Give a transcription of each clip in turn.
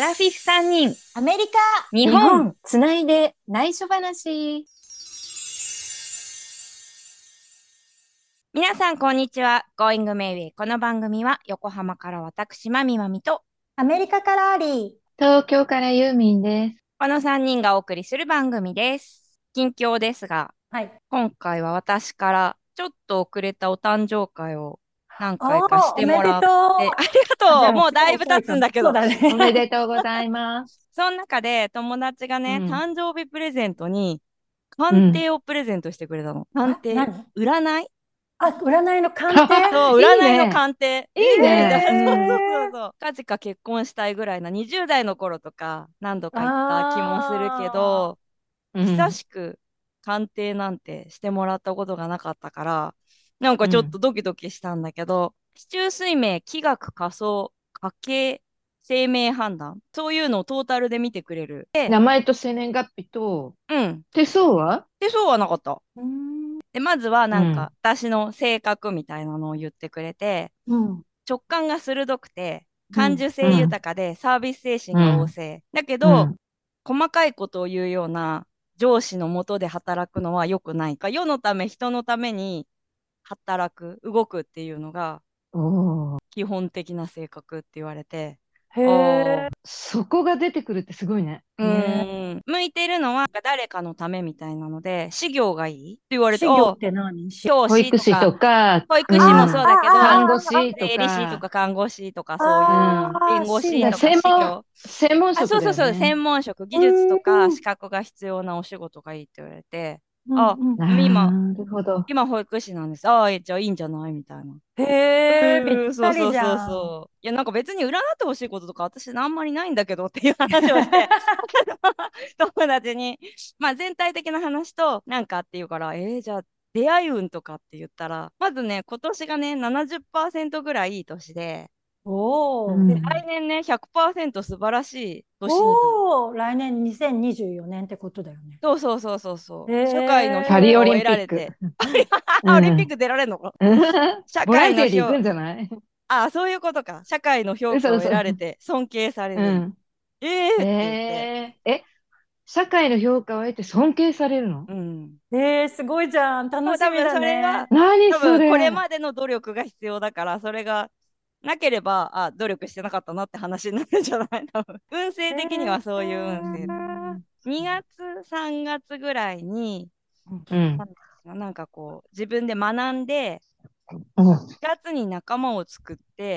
ラフィフ3人、 アメリカ、 日本。 つないで内緒話。 皆さん、こんにちは。Going Mayway。この番組は、横浜から私、まみまみと、 アメリカからあり。 東京からユーミンです。 この3人がお送りする番組です。近況ですが、 はい。 今回は私からちょっと遅れたお誕生会を何回かしおめでとう。 てもらって、ありがとう。もうだいぶ経つんだけど。 そうだね。 おめでとうございます。 その中で友達がね、 うん。 誕生日プレゼントにうん。 鑑定をプレゼントしてくれたの。鑑定、 何占い。 占いの鑑定。 そう、 いい占いのね。 鑑定。 いいみたいな。 ね。うそうん。 そうそうそう。近々結婚したいぐらいな20代の頃とか何度か行った気もするけあど、久うん。 しく鑑定なんてしてもらったことがなかったから、なんかちょっとうん。 ドキドキしたんだけど、市中水明、気学、仮想、家計、生命判断、そういうのをトータルで見てくれる。で、 名前と生年月日と、 うん。 手相は？ で、そうはなかった。 ー。 で、まずはなんかうん。 私の性格みたいなのを言ってくれて、 うん。 直感が鋭くて、 うん。 感受性うん。 豊かで、サービス精神が旺うん。 盛。だけど、 うん。 細かいことを言うような上司のもとで働くのは良くないか。世のため、人のために働く、動くっていうのがおー。 基本的な性格って言われて、 へおー、 え。 そこが出てくるってすごいね。 ね。 向いてるのは誰かのためみたいなので、事業がいいって言われて、 資料って何？ 教保育士師とか、 とか、 保育士もそうん。 うだけど、 看護師と税理士とか、 か看護師とかそういう、 うん。 弁護資料。 士とか専門、 事業。あ、そ専門職うそうそう、 だよね。 専門職、技う術とかん。 資格が必要なお仕事がいいって言われて、あ、 うん。 今、 なるほど。 今保育士なんです。ああ、じゃあいいんじゃないみたいな。 へえ、ぴっそうたりじそうそうゃん。 そう。いや、なんか別に占ってほしいこととか私あんまりないんだけどっていう話をして、友達に、まあ全体的な話と、なんかっていうから、じゃあ出会い運とかって言ったら、まずね、今年がね、70%ぐらいいい年で、 うおお。 で、 ん。 来年ね、100%素晴らしい年になる。 おお、来年2024年ってことだよね。 そうそうそうそうそへう。社会のパリオ評価を得え。 リンピック。 られて、 うオリンピッん。 ク出られるのか。社ボラ会ンティアで行くの評、 んじゃない？ あ、そういうことか。社会の評価を得嘘嘘。 られて尊敬される。 うん。 って言って。 社会の評価を得て尊敬されるの？ うん。 すごいじゃん。楽しみ多分だね。 それが、 何多分これそれ。 までの努力が必要だから、それがなければ、あ、努力してなかったなって話になるんじゃない多分。運勢へ的にはそういう運う勢。 ん。 2月、3月ぐらいに、 うん。 なんだろうな、なんかこう、自分で学んで、 うん。 4月に仲間を作って、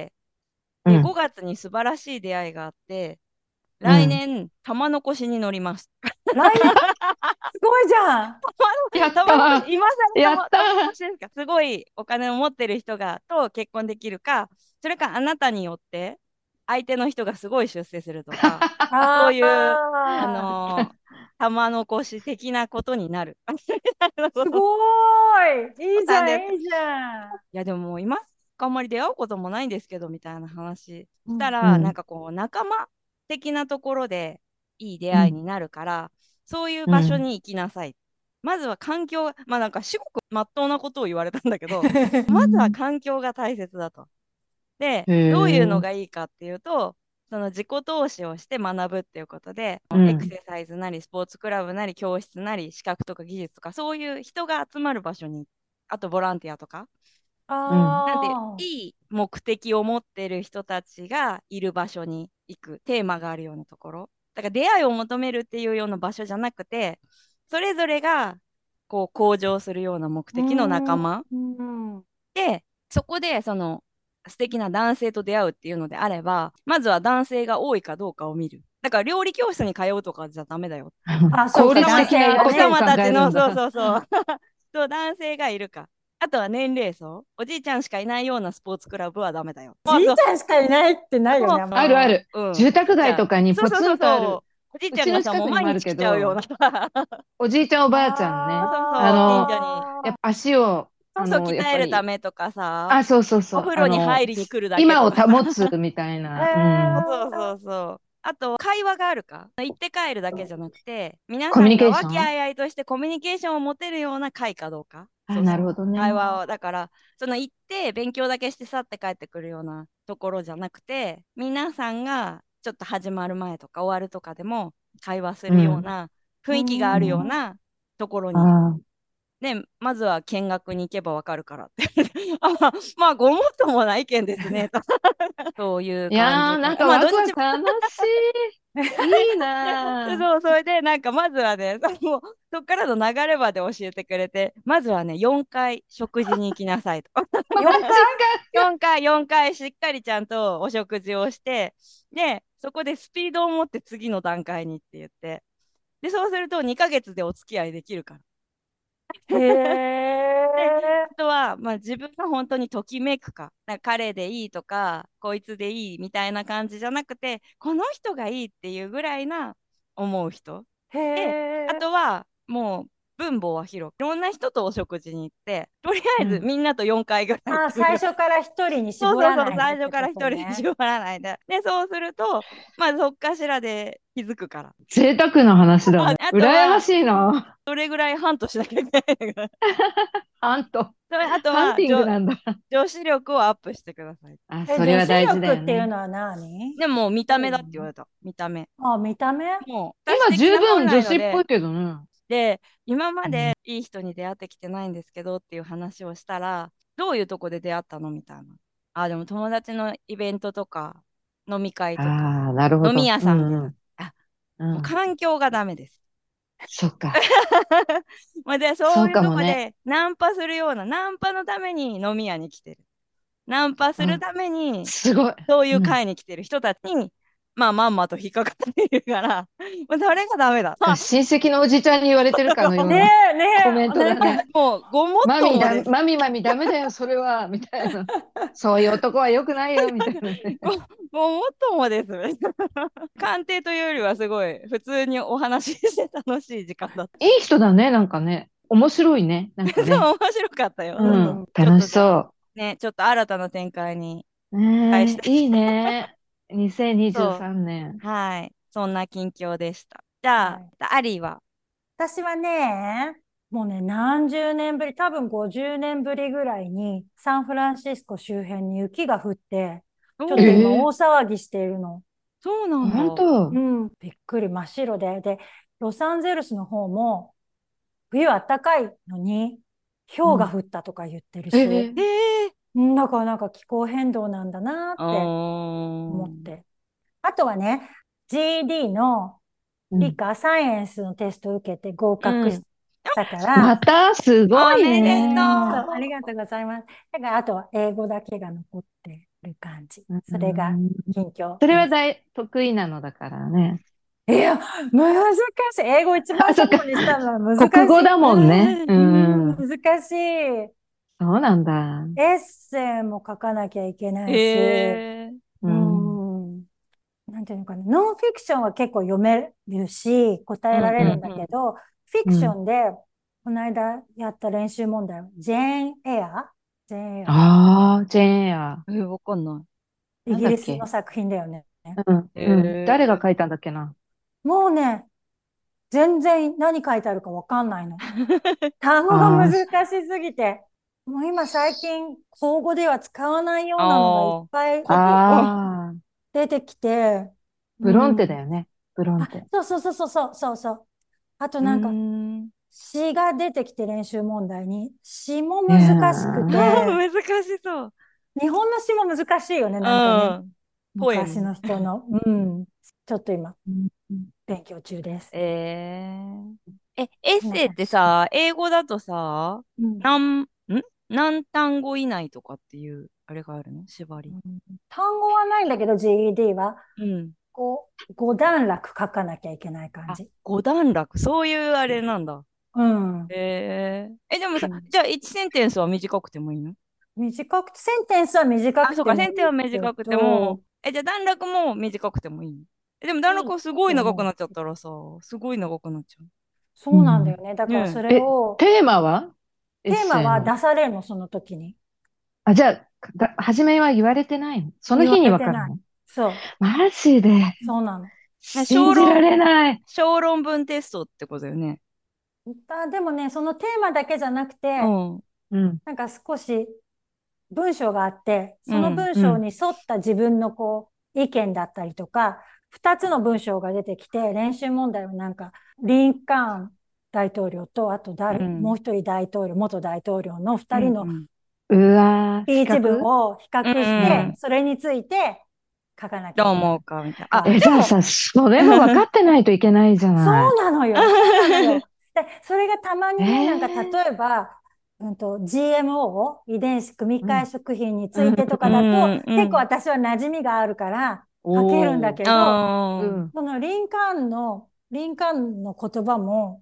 で、 うん。 5月に素晴らしい出会いがあって、 うん。 来年、玉の輿に乗ります。 来年すごいじゃん。 やっ玉の輿、 た今更ー。やった玉のー。 輿ですか？すごいお金を持ってる人がと結婚できるか、それかあなたによって相手の人がすごい出世するとか、そあういう、 あ、 玉の輿的なことになる。 すごい。いいじゃん、 なんで、 いいじゃん。 いやでももう今あんまり出会うこともないんですけどみたいな話したうん。 ら、なんうん。 かこう仲間的なところでいい出うん。 会いになるから、そういううん。 場所に行きなさい。まずは環境が、まあなんか至極まっとうなことを言われたんだけど、まずは環境が大切だと。で、 へどういうのえ。 がいいかっていうと、その自己投資をして学ぶっていうことで、エクうん。 ササイズなり、スポーツクラブなり、教室なり、資格とか技術とか、そういう人が集まる場所に、あとボランティアとか、 うん。 なんてああ、 いい目的を持ってる人たちがいる場所に行く、テーマがあるようなところ。だから出会いを求めるっていうような場所じゃなくて、それぞれがこう向上するような目うー的の仲ん、 間うん。 で、そこでその素敵な男性と出会うっていうのであれば、まずは男性が多いかどうかを見る。だから料理教室に通うとかじゃダメだよ。 あ、そうか、 効率男的な性がね。 ことを考奥様たちの、そうえるんだ。 そうそう、そう、男性がいるか。あとは年齢層。おじいちゃんしかいないようなスポーツクラブはダメだよ。 じいちゃんしかいないってないよね、 もあんまり。 あるある。 うん。 住宅街じいちゃん。 とかにポツそうそうそうンとある。 そう。おじいうちのちゃんがさ、もう近くにもある毎日来けど、 ちゃうようなさ。 おじいちゃんおばあちゃんそうね。 そうそう、近所に。 やっあぱ足を、 そうそう、鍛えるたやっぱり、 めとかさ、 あ、そうそうそう、 お風呂に入りに来るだけ今をとかさ。 保つみたいあ、へな。うん。 そうえ。 そうそう。あと、会話があるか。行って帰るだけじゃなくて、皆コミュニさんがケーション。 和気あいあいとしてコミュニケーションを持てるような会かどうか。 あ、 そうそう。 なるほどね。 会話を、だから、その行って勉強だけして去って帰ってくるようなところじゃなくて、皆さんがちょっと始まる前とか終わるとかでも会話するような雰囲気があるようなところに行く。 あで、まずは見学に行けばわかるからってまあ、ごもっともな意見ですねとそういういやー、 感じかな。 なんかワクワク楽しい。いいなー。 そう、それで、なんか、まずはね、もう、そっからの流れまで教えてくれて、まずはね、4回食事に行きなさいと。 4回 4回しっかりちゃんとお食事をして、で、そこでスピードを持って次の段階にって言って、で、そうすると2ヶ月でお付き合いできるから。 へで、 え。 あとは、まあ、自分が本当にときめくか、なんか彼でいいとか、こいつでいいみたいな感じじゃなくて、この人がいいっていうぐらいな思う人。 へで、あえ。 とは、もう、分母は広く、いろんな人とお食事に行って、とりあえずうん。 みんなと4回ぐらいあ、 っていう。 最初から一人に絞らそうそうそう、 ないでってこ最初から一とね。 人で絞らないで。で、そうすると、まあ、そっかしらで気づくから。 贅沢な話だね。 あとは、 羨ましいな。 どれぐらいハントしなきゃいけないのか。 ハント。 あとは、 ハンティングなんだ。 女子力をアップしてください。 あ、 え、 それ女子は大事だ力っていうよね。 のは何？ でも、見た目だって言わどういうれた。見た目。 の？あ、見た目？ もう、私今十的な本分女子っぽ来ので、 いけどね。 で、今まうん。 でいい人に出会ってきてないんですけどっていう話をしたら、どういうとこで出会ったのみたいな。あ、でも友達のイベントとか、飲み会とか、 ああ、なるほど。 飲み屋さんでだ。 うんうん。 あ、もううん。 環境がダメです。 そっか。 まあで、そそうういうかもね。 とこでナンパするような、ナンパのために飲み屋に来てる。ナンパすうん。 るために、 すごい。 そういううん。 会に来てる人たちに、まあ、まんまと引っかかっているから、もうそれがダメだ。 親戚のおじちゃんに言われてるかのようねなえ、ねコメンえ、なんか、 トだね。 もう、ごもっマミだ、 ともです。 マミダメだよ、それは、みたいな。そういう男は良くないよ、みたいなね。 ごもっともです。鑑定というよりは、すごい、普通にお話しして楽しい時間だった。 いい人だね、なんかね。面白いね、なんかね。 そう、面白かったよ。 ううん。 ん、 ちょっ楽しとじゃあ、 そね、ちょっと新たな展開にう。 期待したい。 いいね。2023 そ年。 う。はい。そんな近況でした。じゃはい。 あ、アリーは？ 私はね、もうね、何十年ぶり、多分50年ぶりぐらいに、サンフランシスコ周辺に雪が降って、ちょっと今おお、 ええ、 大騒ぎしているの。 そうなんだ。 本当。 うん、びっくり、真っ白で。で、ロサンゼルスの方も、冬暖かいのに、氷がうん。 降ったとか言ってるし、 ええ、 へえ。 だからなんか気候変動なんだなっあて思っー。 て。あとはね、GED のうん。 理科サイエンスのテストを受けて合格しうん。 たかまら、 た、すごおいめでとそう、あう。 りがとうございます。だからあとは英語だけが残ってる感じ。 うそれがん。 近況それはです。 得意なのだからね。 いや、難しい。英語一番あ、そっか。 最後にしたのは難しい。 国語だもんね。ううん、 ん。 難しい。 そうなんだ。 エッセイも書かなきゃいけないし、 へえ。 ううん。 ん、なんていうのかな、ノンフィクションは結構読めるし、答うんうん。 えられるんだけど、フィクショうん。 ンで、この間やった練習問題は、ジェーンエア、 ああ、ジェーンエア。 わかんなイギリスなんだっけ。 の作品だよね。 うん、 い。へうん。誰がえ。 書いたんだっけな。 もうね、全然何書いてあるかわかんないの。単語が難あしすぎて、もう今最近、口語では使わないようなのがいっああ、 ぱいあ、 古語。 ああ、 出てきて、うブロンテだん。 よね。ブロンあ、 テ。 そうそうそうそうそうそうそう。あとうーなんか、 ん。 詩が出てきて練習問題に、詩もい難しくやて、 難しそう。 日本の詩も難しいよね、 うなんかね。 ん。ポエム。 昔の人の。うん。ちょっと今、 ー、 勉強中です。 エッこんなセイっ感じ。 てさ、英語だとさ、 うん。 何単語以内とかっていう、あれがあるの縛り？ 単語はないんだけど、GED は、 うん。 5段落書かなきゃいけない感あ、 じ。 五段落。そういうあれなんだ。 うん。 でもさ、 うん、 じゃあ1センテンスは短くてもいいの？ 短く、センテンスは短あ、 くそうか、センテンスはてもいいけ短くても、 ど、 じゃあ段落も短くてもいいの？でも段いい落はすごいと思う。 長くなっちゃったらさ、すごい長くなっちゃそうなんだうん。 よね。だう。 からそねれを、 テーマはエッテーマはセイの。 出されるの、その時に。 あ、じゃあ、初めは言われてないの？その言わ日にれてない。 わかるの？ そマジで。 う。そうなの。 信じられない。 小論文テストってことよね。 でもね、そのテーマだけじゃなくて、 うん。 うん。 なんか少し文章があって、そのうん。 文章うん。 に沿った自分のこう、 意見だったりとか、2つの文章が出てきて、練習問題はなんか、リンカーン大統領と、あともう一人元大統領の2人のうわー、 スピーチ文を比較して、それについて書かなきゃいけない。 どう思うかみたいな。 じゃあさ、それも分かってないといけないじゃない。 そうなのよ。そうなのよ。で、それがたまにね、なんか例えば、GMO、遺伝子組み換え食品についてとかだと、結構私は馴染みがあるから書けるんだけど、そのリンカーンの言葉も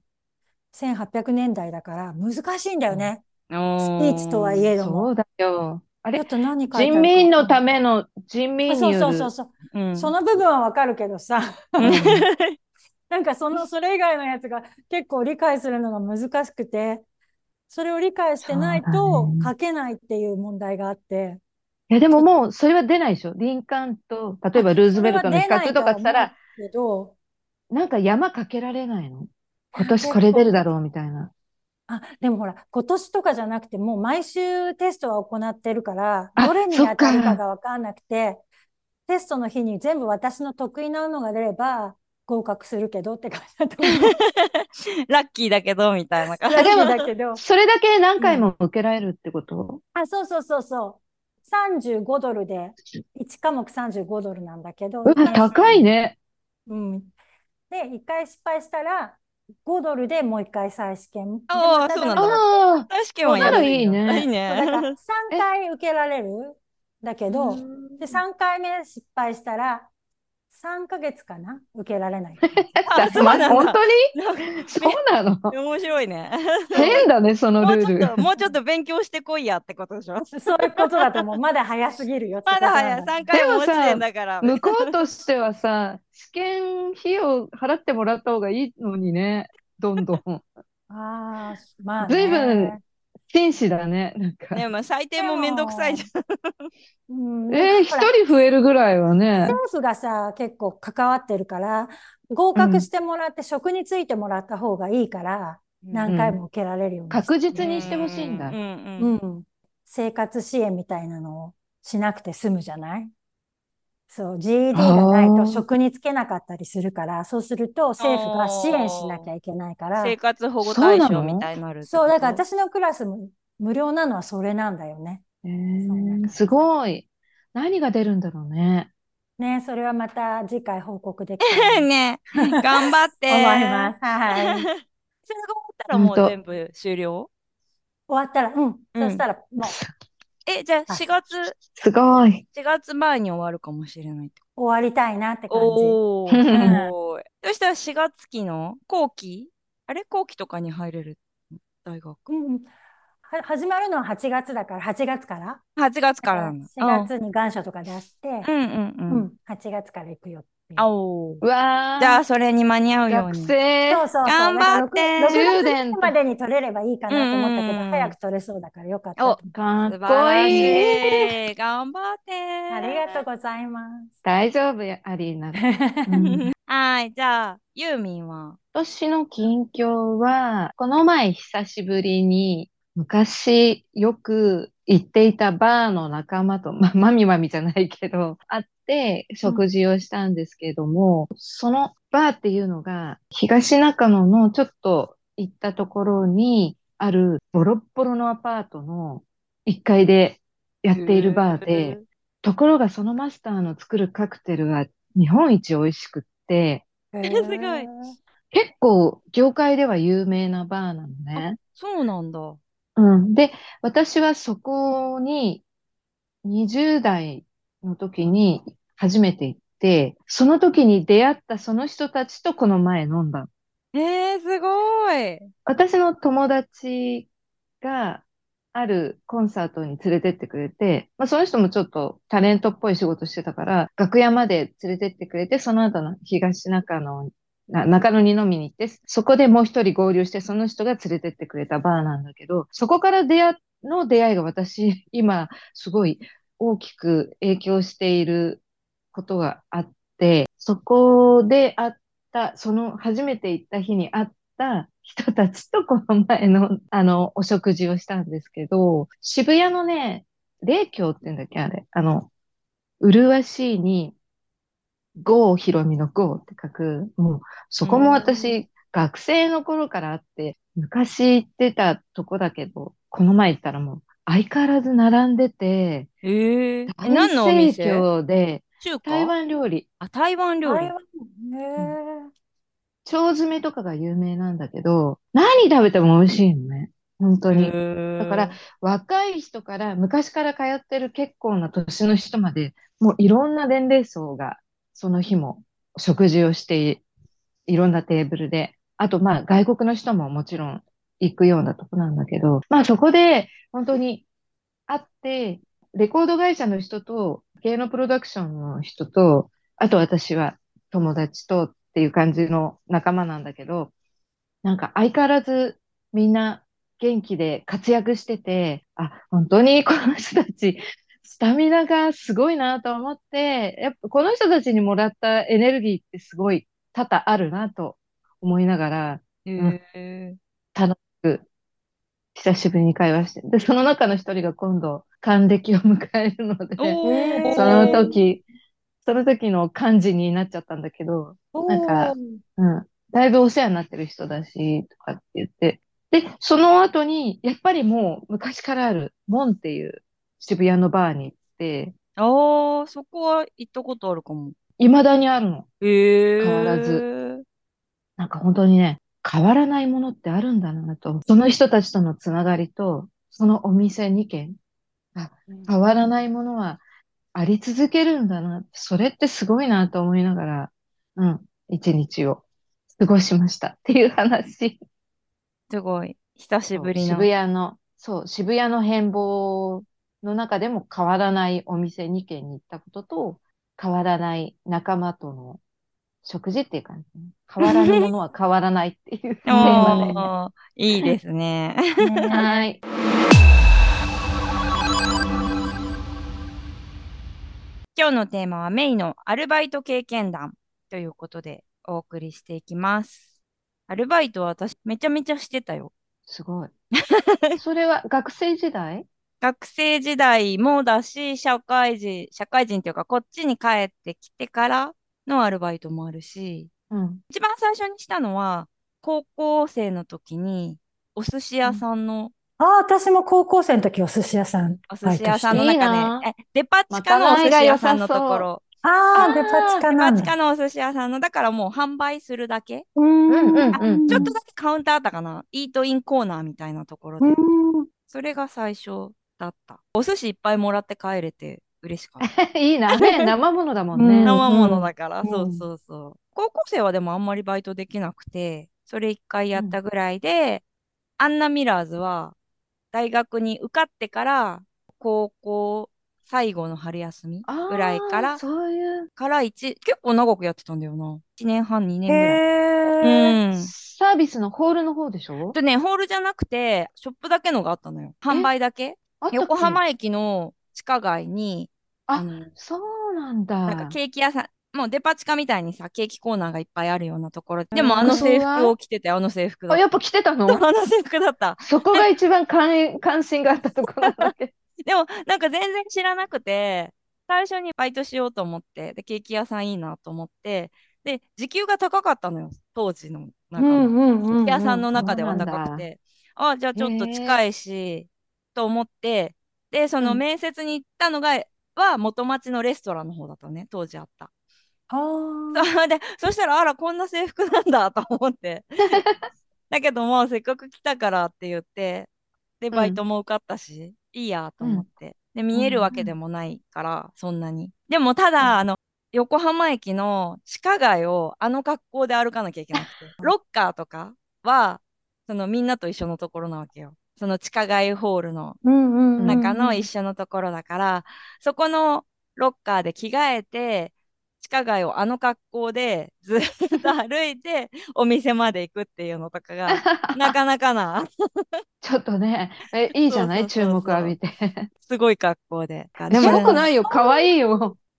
1800年代だから難しいんだよね。スピーチとはいえども。 そうだよ。あれ、 ちょっと何書いてあるか人民のための人民による。 そう。その部分はわかるけどさ。なんかそれ以外のやつが結構理解するのが難しくて、それを理解してないと書けないっていう問題があって。 いや、でももうそれは出ないでしょ。リンカーンと、例えばルーズベルトの比較とかしたら、なんか山かけられないの？今年これ出るだろうみたいな。 でもほら、今年とかじゃなくて、もう毎週テストは行ってるから、どれに当たるかがわかんなくて、テストの日に全部私の得意なのが出れば合格するけどって感じだと思う。 ラッキーだけどみたいな感じ。 ラッキーだけど。 それだけ何回も受けられるってこと？ そう。35ドルで、1科目35ドルなんだけど。 高いね。 で、1回失敗したら、5ドルでもう1回再試験。 そうなんだ。再試験はやるいいね。 いいね。 だから3回受けられる。だけど、で、3回目失敗したら、3ヶ月かな受けられない。 本当にそうなの？ 面白いね。 変だね、そのルール。もうちょっと勉強してこいやってことでしょ？ そういうことだと思う。まだ早すぎるよって。 まだ早い。3回も落ちてんだから。 向こうとしてはさ、試験費用払ってもらった方がいいのにね、どんどん。 まあ随分紳士だね、なんか。 でも採点もめんどくさいじゃん。 一人増えるぐらいはね。 政府がさ、結構関わってるから、合格してもらって職についてもらった方がいいから、何回も受けられるように確実にしてほしいんだ。 生活支援みたいなのをしなくて済むじゃない？そう、GED がないと職に就けなかったりするから、そうすると政府が支援しなきゃいけないから。 生活保護対象みたいになる。 そう、だから私のクラスも無料なのはそれなんだよね。 すごい。何が出るんだろうね。 ね、それはまた次回報告できたらね。頑張って。 思います。はい。 それが終わったらもう全部終了？ 終わったら、そしたらもう。 じゃあ4月、 すごい。 4月前に終わるかもしれないって。 終わりたいなって感じ。 おー、すごい。そしたら4月期の後期とかに入れる大学。 始まるのは8月だから、8月から。 8月から 4月に願書とか出して、8月から行くよっていう。 うわー。 じゃあそれに間に合うように。 そう。 頑張って。 6月までに取れればいいかなと思ったけど、早く取れそうだからよかった。 かっこいい。 頑張って。 ありがとうございます。 大丈夫や、アリーナ。 はい、じゃあ、ユーミンは？ 私の近況は、この前久しぶりに、昔よく行っていたバーの仲間と、マミマミじゃないけど、会って食事をしたんですけれども、そのバーっていうのが、東中野のちょっと行ったところにあるボロッボロのアパートの1階でやっているバーで、ところがそのマスターの作るカクテルが日本一美味しくって、 すごい。 結構業界では有名なバーなのね。 そうなんだ。 で、私はそこに20代の時に初めて行って、その時に出会ったその人たちとこの前飲んだ。 すごい。 私の友達があるコンサートに連れてってくれて、その人もちょっとタレントっぽい仕事してたから、楽屋まで連れてってくれて、その後の東中野に飲みに行って、そこでもう一人合流して、その人が連れてってくれたバーなんだけど、そこから出会いが私、今、すごい大きく影響していることがあって、そこで会った、初めて行った日に会った人たちとこの前の、お食事をしたんですけど、渋谷のね、霊郷って言うんだっけ、あれ。麗しいに、 郷ひろみの郷って書く、もう、そこも私、学生の頃からあって、昔行ってたとこだけど、この前行ったらもう、相変わらず並んでて、大何のお盛店？ 況で、台中華？ 湾料理、 あ、台湾料理。 台湾。 うん、 へえ。 腸詰めとかが有名なんだけど、何食べても美味しいのね。本当へに。だから、 え。 若い人から昔から通ってる結構な年の人まで、もういろんな年齢層が、その日も食事をしていろんなテーブルで、あとまあ外国の人ももちろん行くようなとこなんだけど、まあそこで本当に会って、レコード会社の人と、芸能プロダクションの人と、あと私は友達とっていう感じの仲間なんだけど、なんか相変わらずみんな元気で活躍してて、あ、本当にこの人たち、スタミナがすごいなと思って、やっぱこの人たちにもらったエネルギーってすごい多々あるなと思いながら、うん、 へえ。 楽しく久しぶりに会話して。で、その中の一人が今度還暦を迎えるので、 えそのえ。 時、その時の幹事になっちゃったんだけど、なんか、 おー。 うん、だいぶお世話になってる人だし、とかって言って。で、その後に、やっぱりもう昔からある、モンっていう渋谷のバーに行って、 ああ、そこは行ったことあるかも。 未だにあるの。 へ変わらず。 え。 なんか本当にね、変わらないものってあるんだなと。その人たちとのつながりと、そのお店2軒、あ、変わらないものはあり続けるんだな。それってすごいなと思いながら、うん、一日を過ごしましたっていう話。 すごい。久しそう渋ぶりな。 谷の、そう、渋谷の変貌の中でも変わらないお店2軒に行ったことと、変わらない仲間との食事っていう感じね。変わらぬものは変わらないっていうテーマで。 おー、いいですね。 ねはい。 今日のテーマはメイのアルバイト経験談ということでお送りしていきます。アルバイトは私めちゃめちゃしてたよ。 すごい。それは学生時代？ 学生時代もだし、社会人っていうかこっちに帰ってきてからのアルバイトもあるし、 うん。 一番最初にしたのは高校生の時にお寿司屋うん、 さんのああ、私も高校生の時お寿司屋さんお寿バイ司屋さんのトしてた。 いい中ね、 な。 デパ地まか下のお寿ないが良さ司屋さんのとこそう。 ろ、 あああ、デパ地あ、 下なんだ。 デパ地下のお寿司屋さんの、だからもう販売するだけ。 うーうんうあ、 んうんうん。 ちょっとだけカウンターあったかな。イートインコーナーみたいなところうーで。 ん。 それが最初だった。お寿司いっぱいもらって帰れて嬉しかった。 いいな。ね、生ものだもうんね。 ん、 生ものうん、 だから、そううん。 そうそう。高校生はでもあんまりバイトできなくて、それ一回やうん。 ったぐらいで、アンナミラーズは大学に受かってから、高校最後の春休みぐらいかああ、 ら、 そういう結構長くやってたんだよな。1年半、2 へ年ぐらい。うえ。 ん。 サービスのホールの方でしょ？ ホールじゃなくて、ショップだけのがあったのよ。販え、 売だけ。 あったっけ？ 横浜駅の地下街に、ああ、 の、 そうなんなんかだ。 ケーキ屋さん、もうデパ地下みたいにさ、ケーキコーナーがいっぱいあるようなところ。でもあ服の制服装は？ を着てて、あの制服だあ、 った。 やっぱ来てたの？ あの制服だった。 そこが一番関心があったところなんだけど。 でも、なんか全然知らなくて、最初にバイトしようと思って、で、ケーキ屋さんいいなと思って、で、時給が高かったのよ、当時の、なんかまあ、 うん、うん、 ケーキ屋さんうん、 の中ではそうなんだ。 高くて、あ、じゃあへちょっと近え。 いし、と思って、で、そうん。 の面接に行ったの元町のレストランの方だったのね、当時あった。 ああ。 そうで、そしたら、あら、こんな制服なんだと思って。だけども、せっかく来たからって言って、で、バイトうん。 も受かったし、いいやとうん。 思って。で、 うん。 見えるわけうん。 でもないから、そんなに。でも、ただ、 うん横浜駅の地下街をあの格好で歩かなきゃいけなくて、ロッカーとかは、そのみんなと一緒のところなわけよ。その地下街ホールのうん、うん、うん、うん。 中の一緒のところだから、そこのロッカーで着替えて、地下街をあの格好でずっと歩いてお店まで行くっていうのとかが、なかなかな。 ちょっとね、いいじゃない？ そうそう注目そうそう。 浴びて。 すごい格好で。 でもえー、 よくないよ。かわいいよ。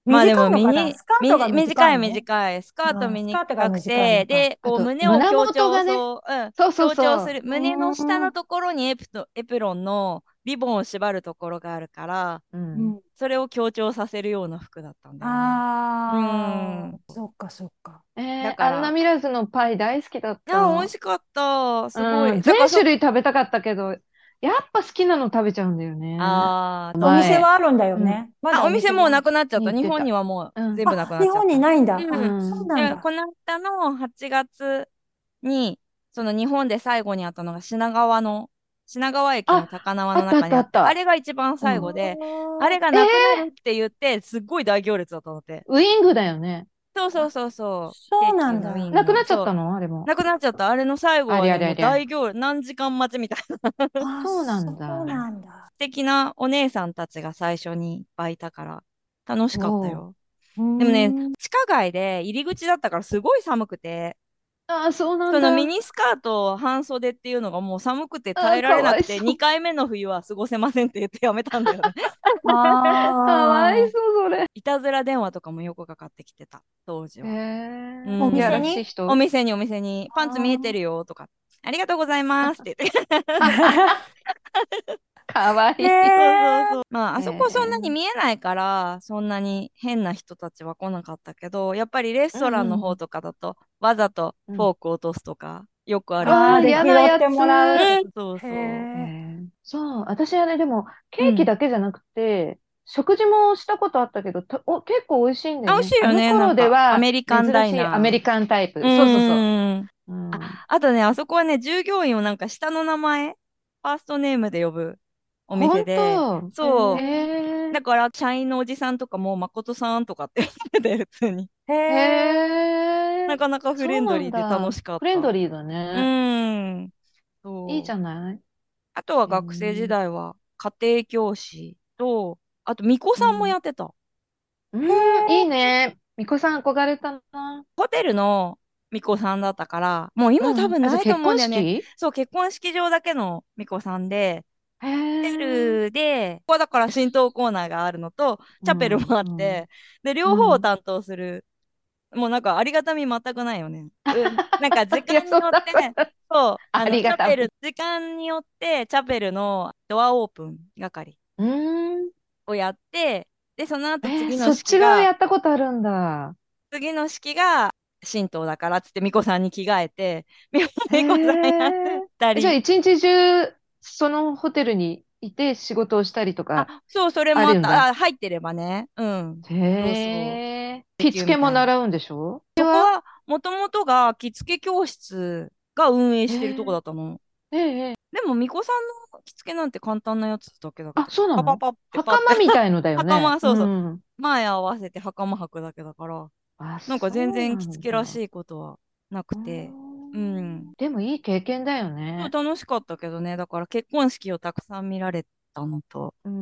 まあでも短いのかな、スカートが短短いいの？ 短い。スカートスカートが短く短いのて、 か。 で、こうあと、 胸を胸強調、 元がね、そうそう強調そう。 する。 う胸の下ーん。 のところにエプロンのリボンを縛るところがあるから、 うん。 うん。 それを強調させるような服だったんだよね。うああ、 ん。 そっかそっか。 だから、 アンナミラーズのパイ大好きだっ美味た。 しかった。すごうん、 い。だ全から種類食べたかったけど、やっぱ好きなの食べちゃうんだよね。 お店前。 はあるんだようん。 ね。まだおお店がある。 店もうなくなっちゃった。日本にに行ってた。 はもううん。 全部なくあ、日本になっちゃった。 ないんだ。 うあ、 うん。 そうん。 なんだ。 でこの間の8月に、その日本で最後にあったのが品川駅のあ、 高輪のあったあっ中にあって、あたあった。 れが一番うん。 最後で、あれあがなくなるって言って、すっごい大行列だったのって。 ウイングだよね。 そうそうあ、 そうそう。 そう京急のウィなんだ。 ングの。 なくなっちゃっそう。 たのあれも。 なくなっちゃった。あれの最後ありはね、もうゃりゃりゃ。 大行列、何時間待ちみたいな。 あ、 そうなんそうだ。 なんだ。 素敵なお姉さんたちが最初にいっぱいいたから、楽しかったそよ。 うーでもね、 ん。 地下街で入り口だったからすごい寒くて、 う。ああ、そうなんそのミだ。 ニスカート半袖っていうのがもう寒くて耐ああ、 えらかれなくて、 わいそう。 2回目の冬は過ごせませんって言ってやめたんだよね。 かわいああ、 そう、それ。 いたずら電話とかもよくかかってきてた、当時へは。うえ。 おいやらん。 しい店に。 人。 お店に、パンツ見えてあるよとか、ありがとうございますって言って。 かわー。へいい。 そうそうえ。 そう。まあ、あへそこそんなにえ。 見えないから、そんなに変な人たちは来なかったけど、やっぱりレスうんトランのうん方とかだと、わざとうん。 フォーク落とすとか、よくあるああ、 ああ、 光景で、拾嫌なやってもらうってつ。 こそうと。へそえ。 そう、私あれでも、ケう。うん。 ーキだけじゃなくて、食事もしたことあったけど、結構美味しいんだよ美味しね。 いよね。なんあの頃でか、アはメリカンダイ珍しいアメナリカンタイー。うプ。そうそうそーん。 う。うん。 あとね、あそこはね、従業員をなんか下の名前、ファーストネームで呼ぶお店本で、 当。 へそう。 えだから、社員のおじさんとかも、誠さんとかって言ってて、普通に。 へへえ。 なえ、 かなかフレそうなんンドリーで楽だ。 しかっフレンドた。 リーだうね。 ーん。 いいじそう。 ゃない。 あとはへ学生時え、 代は家庭教師と、あと、巫女さんもうん。 やってた。 うへん、いいえ。 ね。みこさん憧れたな。 ホテルの巫女さんだったから、もう今多うん。あ、じゃあ分ないと結婚思うんだよね。 式。 そう、結婚式場だけの巫女さんで、 へホテえ。 ルで、ここだから神道コーナーがあるのと、チャペルうん、 もあっうん、 て、で、 う両方をん。 担当する。もうなんかありがたみ全くないよね。なんか時いや、 間にそんなこよって、 と。 そう、 ありがたみ。 時間によってチャペルのドアオープン係うーん。 をやって、で、その後次のそっち側や式が、 ったことあるんだ。 次の式が神道だからっつって巫女さんに着替えて、 へ巫女さんやってえ。じゃあたり、 一日中、そのホテルにいて仕事をしたりとかそう、それもあった。 あるんだ。 入ってればね。うん。 へそうそう。 え。 時着付けも給みたいな。 習うんでしょ？それは。 そこは、もともとが着付け教室が運営してるとこへえ。 だったの。 ええ。 でも、巫女さんの着付けなんて簡単なやつだけだかあ、 ら、 そうなの？ パパパってパって、 袴みたいのだよね。 袴、 うそうそう。 ん。 前合わせて袴履くだけだから、 あ、 なんか全そうな然着付けらしんだ。 いことはなうーくて、うん。 ん。 でもいい経験だよそうね。 楽しかったけどね、だから結婚式をたくさん見られたのと、 うん。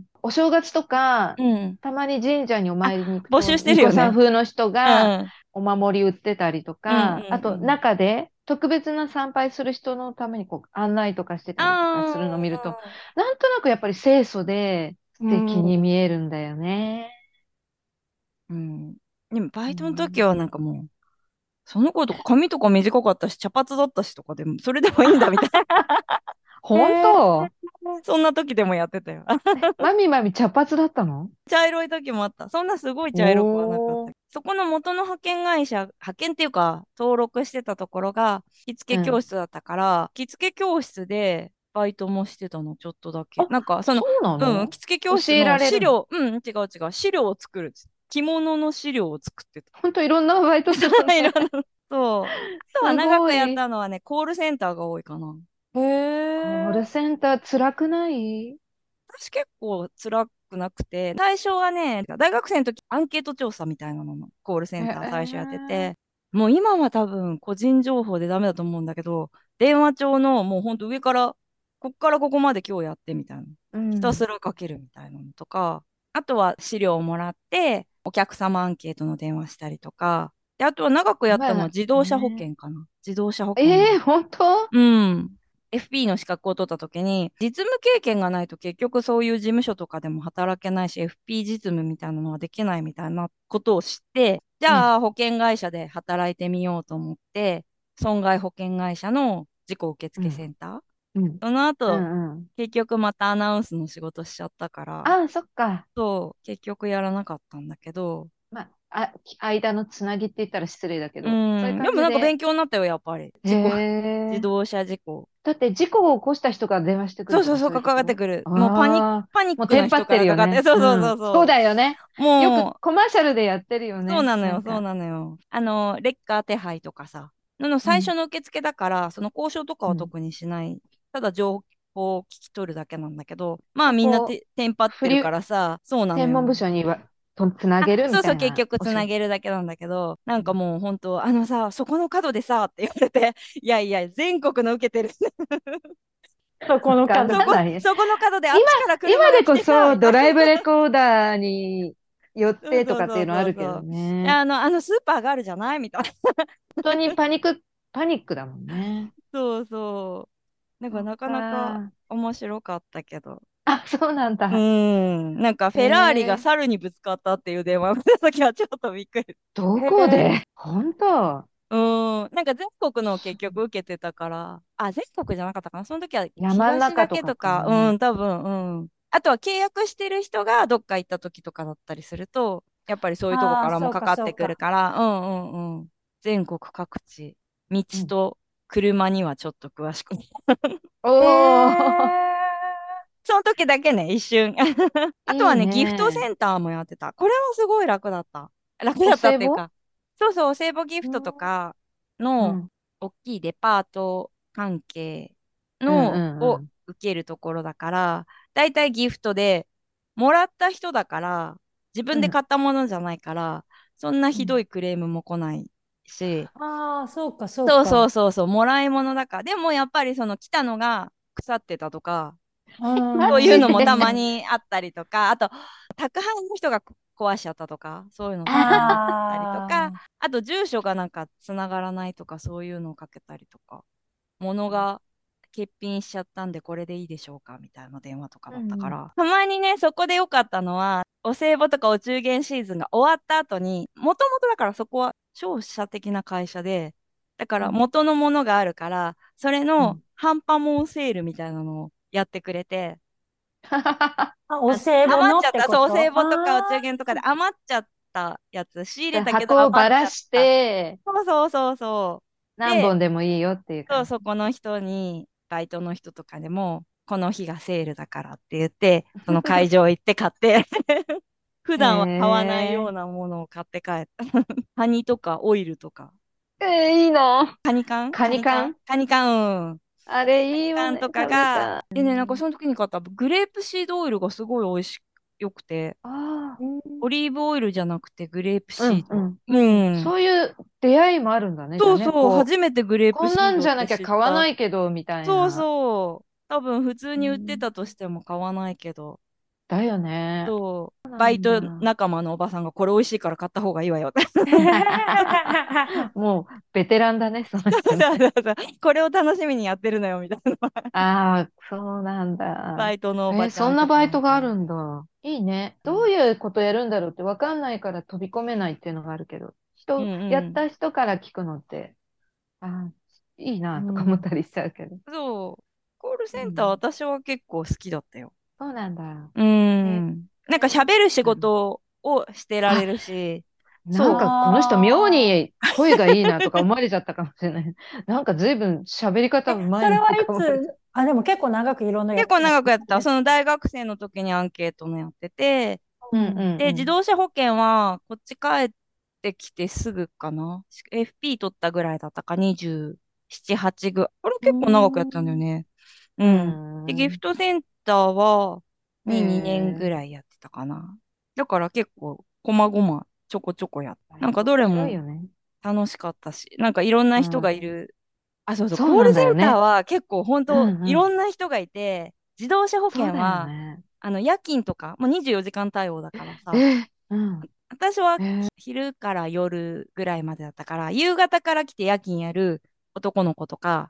お正月とか、 うん。 たまに神社におあ、 参りに行くと、 募集して巫女さんるよね。 風の人うんがうん。 お守り売ってたりとうんうんか、あとうん。 中で特別な参拝する人のためにこう案内とかしてたりとかするのを見ると、 あなんとなくやっぱり清楚で素う敵にん。 見えるんだよね。 うん。でもバうイトの時はん、 なんかもう、その子とか髪とか短かったし、茶髪だったしとかでも、それでもいいんだみたいな。 へ本え。 当？ そんな時でもやってたよ。 マミマミ茶髪だったの？ 茶色い時もあった。そんなすごい茶色くはなかっおー。 た。そこの元の派遣会社、派遣っていうか、登録してたところが着付け教うん。 室だったから、着付け教室でバイトもしてたの、ちょっとだけ。 あ、 なんか、 そうなの？ 着付け教室教えられるの？ の資料、違う違う、資料を作る。着物の資料を作ってた。 本当いろんなバイトするいろね。 んな、そう。あとはす長くやっごい。 たのはね、コールセンターが多いかな。 へコールえ。 センター辛くない？ 私結構辛くなくて、最初はね、大学生の時アンケート調査みたいなののコールセへンター最初やってえ。 て、もう今は多分個人情報でダメだと思うんだけど、電話帳のもうほんと上から、こっからここまで今日やってみたいな。 うん。 ひたすらかけるみたいなのとか、あとは資料をもらって、お客様アンケートの電話したりとか、で、あとは長くやったのはまあ、 自動車保ね。 険かな。自動車保険の。 本当？ うん。 FP の資格を取った時に、実務経験がないと結局そういう事務所とかでも働けないし、FP 実務みたいなのはできないみたいなことを知って、じうん。 ゃあ保険会社で働いてみようと思って、損害保険会社の事故受付セうん。 ンター。 うん。 そのう後、 ん。うん。 結局またアナウンスの仕事しちゃったから、 ああ、そっか。 そう、結局やらなかったんだけど、 まあ、間のつなぎって言ったら失礼だけうど、そういうん、でもなんか感じで。 勉強になったよ、やっぱり。 へ自え。 動車事故。 だって事故を起こした人が電話してくるとかそうそうそう、かそういうこと？ かってくる。もうああ、 パニッもうクな人テンパってからかかって、 るよね。 そうそうそうん。そううそだよね。 う。 よくもコマーシャルでやってるよう、そうね。 なのよ、そうなんか。 なのよ。レッカー手配とかさ。 うん。 最初の受付だから、その交渉とかうん。 は特にしない。ただ情報を聞き取るだけなんだけど、まあみんなこう、 テンパってるかフリ、 らさ、そうなの専門部よ。 署につなげるみそうそう、 たい結局つななお仕事。 げるだけなんだけど、なんかうん。 もう本当、そこの角でさ、って言われて、いやいや、全国の受けてる。 そこわかんの角。 ない。 そこの角であっ今、 ちから今で車が来てさ、 こそみたいな。 ドライブレコーダーによっそうてとかっていうそうそうのあるけどそうそう。 ね。 スーパーがあるじゃないみたいな。 本当にパニックだもんね。 そうそう。なんそっかなかなかか。 面白かったけど。 あ、そうなんうーだ。 なんかフえェラーリがー、 猿にぶつかったっていう電話を受けた時はちょっとびっくり。 どへえ。 こで本当？ なんか全国の結局受けてたから、あ、全国じゃなかったかな。その時は山ん東だ中とかけとか、 かな。 多分、あとは契約してる人がどっか行った時とかだったりすると、やっぱりそういうとこああ、 からもそうか、 かかってくるそうか。 から、全国各地、道うん。 と車にはちょっと詳しく。 へおー、 え。 その時だけね、一瞬。あといいはね、ギフトね。 センターもやってた。これはすごい楽だった。楽だおったっ歳暮？ ていうか、そうそう、聖母ギフトとうん。 かのうん。 大きいデパート関係うんのをうん受けるところだから、だいたいギフトでもらった人だから、自うん。 分で買ったものじゃないから、そんなうん。 ひどいクレームも来ないし、 ああ、そうか、そうそうそうか。 そうそう、もらい物だから。でもやっぱりその来たのが腐ってたとか、 うそういうマジで？ のもたまん。 にあったりとか、あと、宅配の人が壊しちゃったとか、そういうのたまにあったりとか、 ああと、住所がなんかつながらないとか、そういうのをかけたりとか、物が欠品しちゃったんで、これでいいでしょうかみたいな電話とかうんうん。 だったから、たまにね、そこで良かったのは、お歳暮とかお中元シーズンが終わった後に、もともとだからそこは商社的な会社で、だからうん。 元のものがあるから、それのうん。 半端もんセールみたいなのをやってくれて、 あ、お歳暮のっ余っちゃった、そう、おてこと？ 歳暮とかお中あ元とかで余っちゃったやつ、仕入れでたけど箱を余っちばらしゃった。 て、 そうそうそうそう。 何で、 本でもいいよっていうそう、 感じ。 そこの人に、バイトの人とかでも、この日がセールだからって言って、その会場行って買って普へ段は買わないようえ。 なものを買って帰った。カニとかオイルとか。 いいの？カカニ缶ニ缶？ カニ缶、うん。 あれカニいいよね。 缶とか食べが、 たい。 でね、なんかその時に買ったグレープシードオイルがすごい美味しよくて、 あうん。 オリーブオイルじゃなくてグレープあ、うシード。 んうん。 うん。 そういう出会いもあるんだね。じゃあね、 そうそう、 こう、 初めてグレープこんシードってなんじゃなきゃ買わな知った。 いけど、みたいそうな。 そう。多分普通に売ってうん。 たとしても買わないけど、 だよね。 そう、 そうなバイトんだ。 仲間のおばさんがこれ美味しいから買った方がいいわよって。 もう、ベテランだね、そのそう人ね。 そうそうこれを楽しみにやってるのよみたいな。 ああ、そうなんだ。 バイトのおばちゃんとそんなバイかいて。 トがあるんだ。いいね。 うん、 どういうことやるんだろうってわかんないから飛び込めないっていうのがあるけど、 うんやうん。 った人から聞くのって、あーいいなとか思っうん。 たりしちゃうけど。 そう。コールセンターうん、 私は結構好きだったよ。 そうなんだ。えなんか喋る仕なる事をしてられあ、 るし、 なんそう。 かこの人妙あに声がいいなとか思われちゃったかもしれない。なんか随分喋りあ。 方うまいなそれはいとか思われちゃっつ、あ、でも結構長くいろんな結構やって長くやった。 たね。 その大学生の時にアンケートのやってて、 た。うんううん。 で、 んうん。 自動車保険はこっち帰ってきてすぐかな。FP 取ったぐらいだったか、27、8ぐらい。あれう結構長くやったんだよん。 ね。ううん。で、ギフん。 トセンターはへ 2年ぐえ。 らいやってたかな。だから結構、こまごまちょこちょこやった。なんかバイト面どれも白いよね。 楽しかったし、なんかいろんな人がいうん。 る。あ、そうそう、 そうなコールセンターんだよね。 は結構本う当いろんうん。 んな人がいて、自動車保そうだよ険は、 ね。 夜勤とか、もう24時間対応だからさ、 うん。 私はえー、 昼から夜ぐらいまでだったから、夕方から来て夜勤やる男の子とか、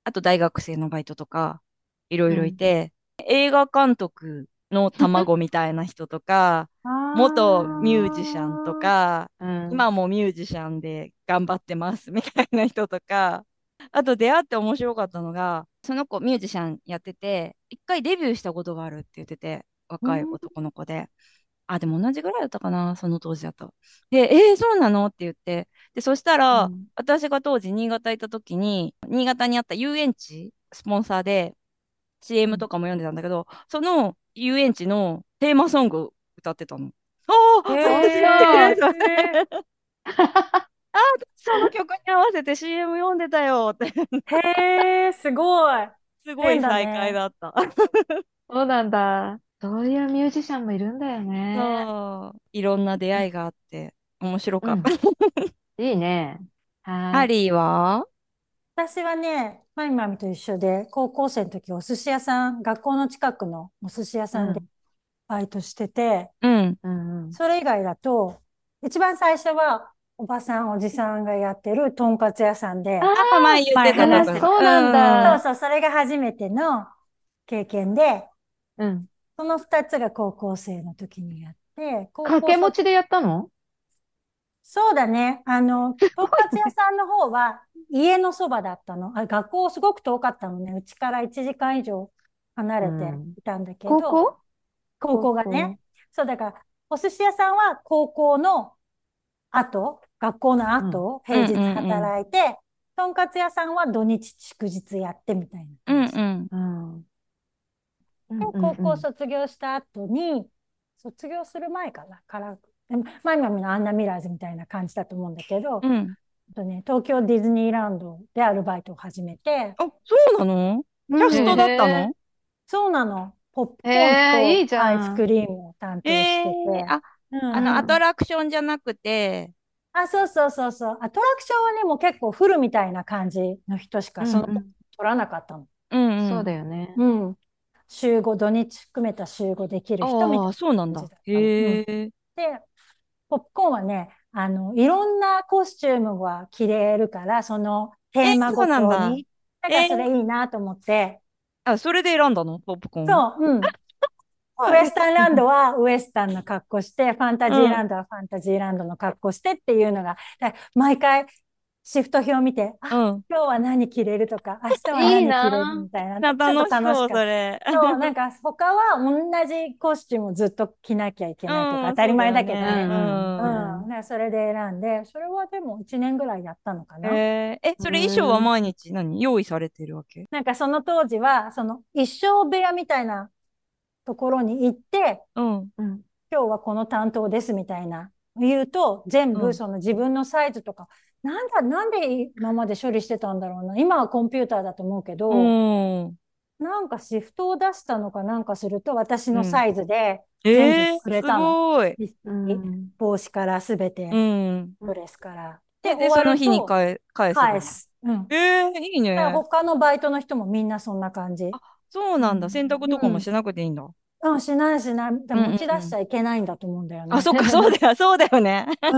あと大学生のバイトとか、いろいろいうん。 て、映画監督の卵みたいな人とか、元あミュージシャンとか、 うん。 今もミュージシャンで頑張ってますみたいな人とか、あと出会って面白かったのが、その子ミュージシャンやってて、一回デビューしたことがあるって言ってて、若いうん。 男の子で。あ、でも同じぐらいだったかな、その当時だと。で、そうなのって言って、で、そしたら、 うん。 私が当時新潟行った時に、新潟にあった遊園地、スポンサーでう CM ん。 とかも読んでたんだけど、その遊園地のテーマソング歌ってたの。ああ、 へ面知って白い。 ると。 え。 ああ、その曲に合わせて CM 読んでたよって。 へえ、すごい。 すごい変だ再会ね。 だった。 そうなんだ。そういうミュージシャンもいるんだよね。 そう、いろんな出会いがあって面白かった。 うん。いいね。はーい。 ハリーは？ 私はね、マミマミと一緒で、高校生の時お寿司屋さん、学校の近くのお寿司屋さんでうん。 バイトしてて、 うん。 うん。うん。 それ以外だと、一番最初はおばさん、おじさんがやってるとんかつ屋さんあで、 あ、前あ、 言っ前てたとこ。 話してた。 そうなんだ。 そうそう、それが初めての経験で、 うん。 その二つが高校生の時にやって、高掛校卒け持ちでやったの？ そうだね。とんかつ屋さんの方は家のそばだったの。学校すごく遠かったのね。うちから1時間以上離うれてん。 いたんだけど、 高校？ 高高校がね。 校。 そうだから、お寿司屋さんは高校の後、学校のうん。 後、 うん平日うんうん。 働いて、とんかつ屋さんは土日祝日やってみたいなうん感じ。 うん。 うん。うで、 ん。うん。 高校うん。 卒業した後に、卒業する前かな、でもマイマミのアンナミラーズみたいな感じだと思うんだけど、 うん。 東京ディズニーランドでアルバイトを始めて、 あ、そうなの？ うキャストん、 だったの？ へそうなの。ポップえ。へコーンえ、いいとじアイスクゃん。 リームを担当してて、 あ、 うんうん。 アトラクションじゃなくて、 あ、そうそうそうそう。アトラクションはね、もう結構フルみたいな感じの人しかそのうんうん。 取らなかったの。 うんうそうだん。 よね。 うん。週5、土日含めた週5できる人みたああ、 いそうなんだ。 な感じだったの。うん。 へえ。 で、ポップコーンはね、いろんなコスチュームは着れるから、そのテーマそうごなんだ。 とに。だからえそれいいなと思って、 あ、それで選んだのポップコーン？ そう、うん。ウはい。 エスタンランドはウエスタンの格好して、ファンタジーラうん。 ンドはファンタジーランドの格好してっていうのが、毎回シフト表を見て、 うん。 今日は何着れるとか、明日はいい何着れるな。 みたいな、ちょっと楽しそう、 楽しかった。 それ。 そう、なんか他は同じコスチュームをずっと着なきゃいけないとか、 うん、 当たり前そうだようだけどね。 ね。 んうん。 うん。うん。 ね、それで選んで、それはでも1年ぐらいやったのかな。 それ衣装はうん。 毎日用意されてるわけ？ なんかその当時は、その一生部屋みたいなところに行って、 うん。 うん。 今日はこの担当ですみたいな言うと、全部うん。 その自分のサイズとか、なんで今まで処理してたんだろうな。今はコンピューターだと思うけうど、 ん。 なんかシフトを出したのかなんかすると、私うん。 のサイズで全部くれすたの。 ごい。 うん。 帽子からすべうて、 ん。 ドレスから。で、 で、 終わその日にると返せばいい？ 返す。うん。 いいだからね。 他のバイトの人もみんなそんな感じ。 あ、そうなんだ。洗濯とかうん。 もしなくていいんだ。 うん、しないしない。でうんも持ち出しちうんうん。 ゃいけないんだと思うんだよあ、 ね。 そっか、そうだよ、そうだよね。 うん。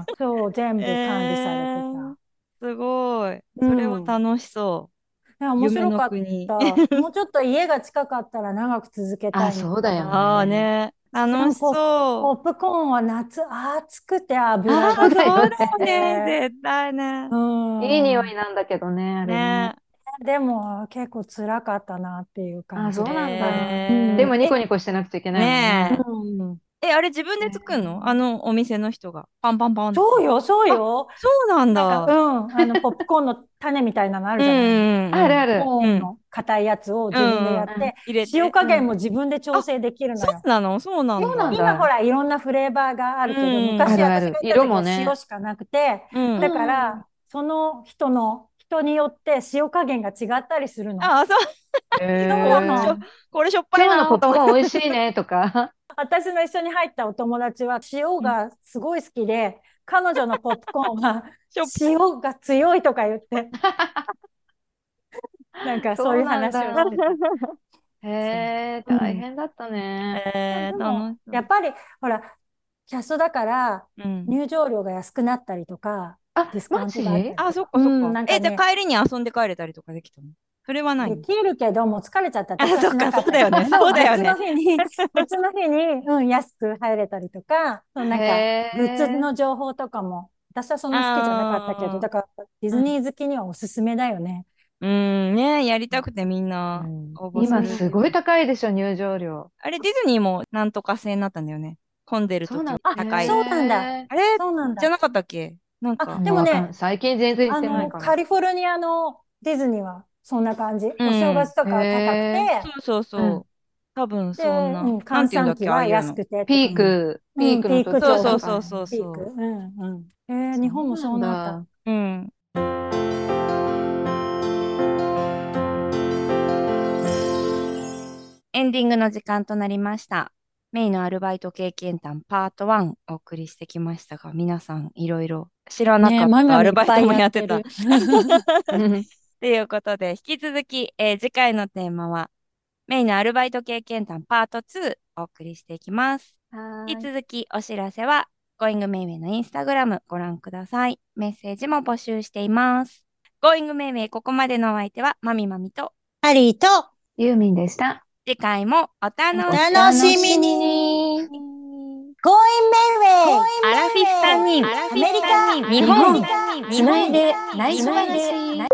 そう、全部管理されてた。 すごい。 うそれはん。 楽しそう。 いや、面夢白かっの国。 た。もうちょっと家が近かったら長く続けたあ、 いんだそうだよけど。 ああね。 ね、楽しでもそう。 ポップコーンは夏、暑くてあ油あ、そうが乗っだそうだよよね。 て。 絶対ね。 うね。いい匂ん。 いなんだけどね、あれね。 ね。 でも結構辛かったなっていう感あ、 じだっそうなんた。 だ。 うでん。 もニコニコしてなくちゃいけないもんね。 ねうん。 あれ自分で作るの？お店の人が。パンパンパンって。 そうよ、そうあ、 よ。 そうなんなんか、 だ。 ポップコーンの種みたいなのあるうんじゃない。 あるある。 コーンうんうん。 の硬いやつをうん。 自分でうんうん。 やって、 入れて。 塩加うん。 減も自分で調あ、 整できるのそよ。 うなの？そうなんそうなんだ。 今ほだ。 らいろんなフレーバーがあうるけど、 ん。 昔あるある。 私が行った色時は塩もね。 しかなくて、 ううだん。 かん。 らその人によって塩加減が違ったりするの。 あ、そう。 へそうなの。 え。 これしょっぱい今日のポップなと思って。 コーン美味しいねとか。 私の一緒に入ったお友達は塩うん。 がすごい好きで、彼女のポップコーンはしょっぱい。 塩が強いとか言って、なんかそういうそうなんだ。 話をしてた。 へそう。 え、 うん。 大変だったね。 でも、 楽しそう。 やっぱり、ほら、キャストだからうん。 入場料が安くなったりとか、 あ、 ディスカウマジントがあって。 あ、そっかそっか。 なんかじゃね、 あ帰りに遊んで帰れたりとかできたの？それはないでの？ きるけど、もう疲れちゃった。 あ、 私はそっか、 しなかったそうだよね。 けど、 そうだよね。 別の日に、安く入れたりとか、なんか、 へグッズえ。 の情報とかも、私はそんな好きじゃなかったけど、 あだからディー、うん。 ズニー好きにはおすすめだよね。 ね、やりたくてみんな応募す今るけど。 すごい高いでしょ、入場料。 あれ、ディズニーもなんとか制になったんだよね。混んでるそうなん時あ、 高い。 そうなんだ。 へえ。 あれそうなんだ。 じゃなかったっけ？なんあ、 か。 でもね、 もうわかんない。最近全然行ってないから。 カリフォルニアのディズニーはそんな感じ。 うお正ん。 月とへかは高くて、 え。 そうそううん。 そう。多分で、 そんな。なん閑て言うんだっけ、ああ散期はいうの。 安くてってピー感じ。 ク、ピークピークの時は超高い。 そうピーク。 そう。 日そう本もなんそうなった。 だ。 うん。エンディングの時間となりました。メイのアルバイト経験談パート1お送りしてきましたが、皆さんいろいろ知らなかね、 ったマガアルバイトミいっぱいもやってた。 やってる。 うん。 ということで、引き続き、次回のテーマは、メイのアルバイト経験談パート2お送りしていきます。引きはーい。 続きお知らせは、Going メイウェイのインスタグラムご覧ください。メッセージも募集しています。Going メイウェイここまでのお相手は、まみまみと、 ハリーとユーミンでした。 次回もおお楽し楽しみみに。 に。 み。 Going Mayway! アラフィフ3人、 アメリカ、 日本、 日本、 日本、 つないで内緒話。